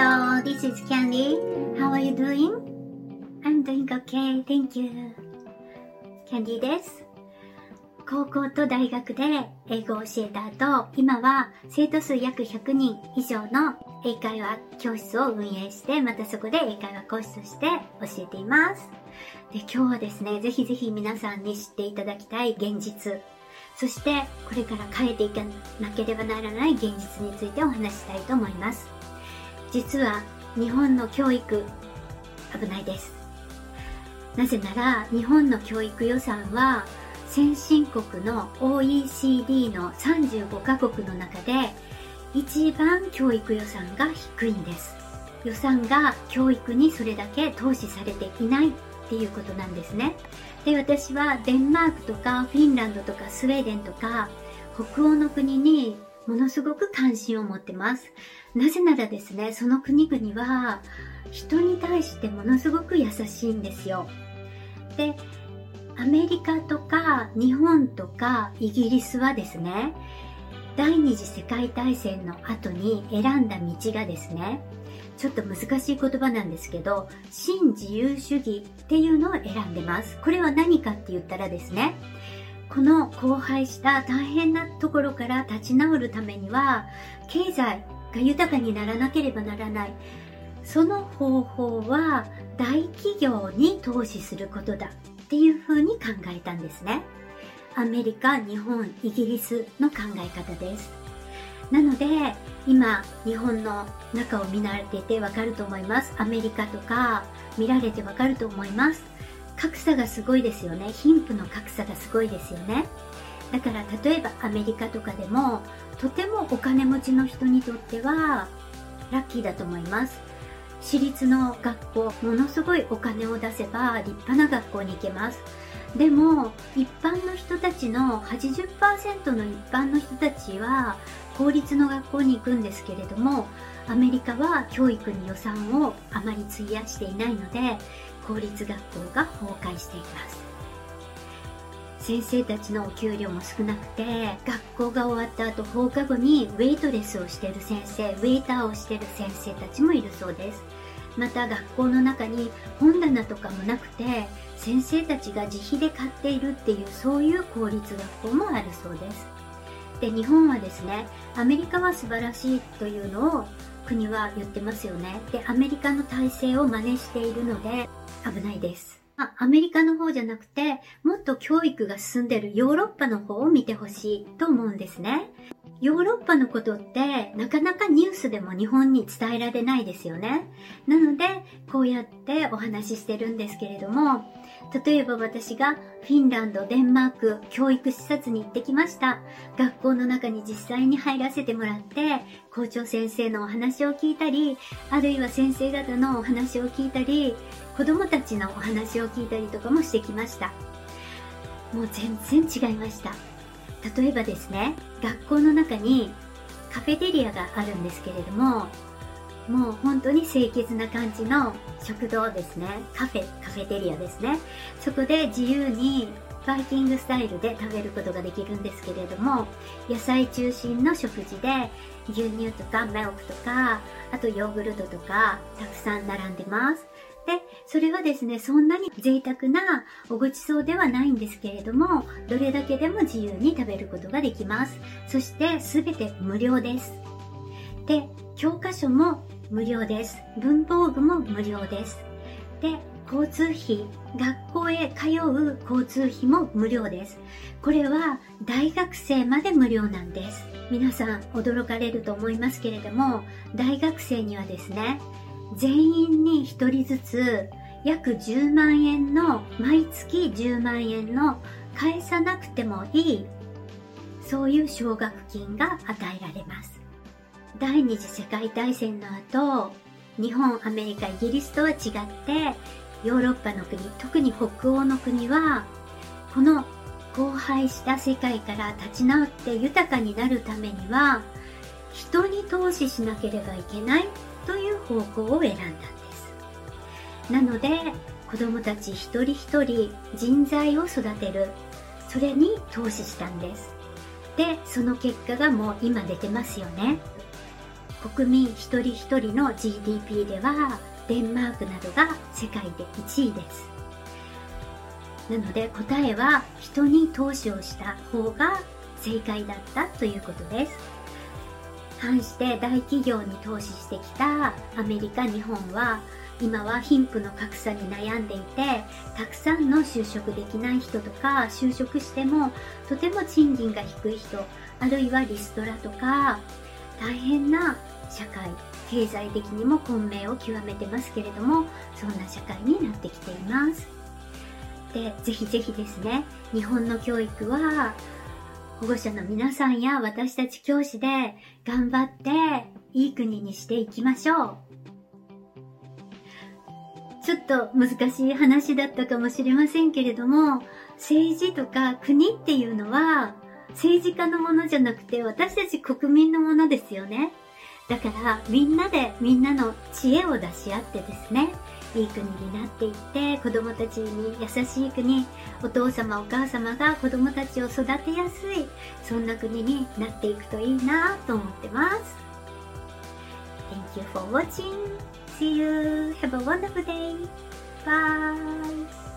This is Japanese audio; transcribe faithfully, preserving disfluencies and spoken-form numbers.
Hello, this is Candy. How are you doing? I'm doing okay, thank you. Candy です。高校と大学で英語を教えた後、今は生徒数約ひゃくにん以上の英会話教室を運営して、またそこで英会話講師として教えています。で、今日はですね、ぜひぜひ皆さんに知っていただきたい現実、そしてこれから変えていかなければならない現実についてお話ししたいと思います。実は日本の教育、危ないです。なぜなら日本の教育予算は先進国の オーイーシーディー のさんじゅうごカ国の中で一番教育予算が低いんです。予算が教育にそれだけ投資されていないっていうことなんですね。で、私はデンマークとかフィンランドとかスウェーデンとか北欧の国にものすごく関心を持ってます。なぜならですね、その国々は人に対してものすごく優しいんですよ。で、アメリカとか日本とかイギリスはですね、第二次世界大戦の後に選んだ道がですね、ちょっと難しい言葉なんですけど、新自由主義っていうのを選んでます。これは何かって言ったらですね、この荒廃した大変なところから立ち直るためには、経済が豊かにならなければならない。その方法は大企業に投資することだっていうふうに考えたんですね。アメリカ、日本、イギリスの考え方です。なので今日本の中を見られてわかると思います。アメリカとか見られてわかると思います。格差がすごいですよね。貧富の格差がすごいですよね。だから例えばアメリカとかでもとてもお金持ちの人にとってはラッキーだと思います。私立の学校、ものすごいお金を出せば立派な学校に行けます。でも一般の人たちの はちじゅっパーセント の一般の人たちは公立の学校に行くんですけれども、アメリカは教育に予算をあまり費やしていないので公立学校が崩壊しています。先生たちのお給料も少なくて、学校が終わった後放課後にウェイトレスをしている先生、ウェイターをしている先生たちもいるそうです。また学校の中に本棚とかもなくて、先生たちが自費で買っているっていう、そういう公立学校もあるそうです。で、日本はですね、アメリカは素晴らしいというのを国は言ってますよね。で、アメリカの体制を真似しているので危ないです。アメリカの方じゃなくて、もっと教育が進んでいるヨーロッパの方を見てほしいと思うんですね。ヨーロッパのことってなかなかニュースでも日本に伝えられないですよね。なのでこうやってお話ししてるんですけれども、例えば私がフィンランド、デンマーク教育視察に行ってきました。学校の中に実際に入らせてもらって、校長先生のお話を聞いたり、あるいは先生方のお話を聞いたり、子供たちのお話を聞いたりとかもしてきました。もう全然違いました。例えばですね、学校の中にカフェテリアがあるんですけれども、もう本当に清潔な感じの食堂ですね。カフェ、カフェテリアですね。そこで自由にバイキングスタイルで食べることができるんですけれども、野菜中心の食事で牛乳とかミルクとか、あとヨーグルトとかたくさん並んでます。で、それはですね、そんなに贅沢なおごちそうではないんですけれども、どれだけでも自由に食べることができます。そして全て無料です。で、教科書も無料です。文房具も無料です。で、交通費、学校へ通う交通費も無料です。これは大学生まで無料なんです。皆さん驚かれると思いますけれども、大学生にはですね、全員にひとりずつ約じゅうまんえんの、毎月じゅうまんえんの返さなくてもいい、そういう奨学金が与えられます。第二次世界大戦の後、日本、アメリカ、イギリスとは違って、ヨーロッパの国、特に北欧の国は、この荒廃した世界から立ち直って豊かになるためには、人に投資しなければいけないという方向を選んだんです。なので、子供たち一人一人人材を育てる、それに投資したんです。で、その結果がもう今出てますよね。 国民一人一人の ジーディーピー ではデンマークなどが世界でいちいです。なので答えは人に投資をした方が正解だったということです。反して大企業に投資してきたアメリカ、日本は今は貧富の格差に悩んでいて、たくさんの就職できない人とか、就職してもとても賃金が低い人、あるいはリストラとか大変な社会、経済的にも混迷を極めてますけれども、そんな社会になってきています。で、ぜひぜひですね、日本の教育は保護者の皆さんや私たち教師で頑張っていい国にしていきましょう。ちょっと難しい話だったかもしれませんけれども、政治とか国っていうのは政治家のものじゃなくて私たち国民のものですよね。だからみんなでみんなの知恵を出し合ってですね、いい国になっていって子供たちに優しい国、お父様お母様が子供たちを育てやすい、そんな国になっていくといいなと思ってます。 Thank you for watching. See you. Have a wonderful day. Bye.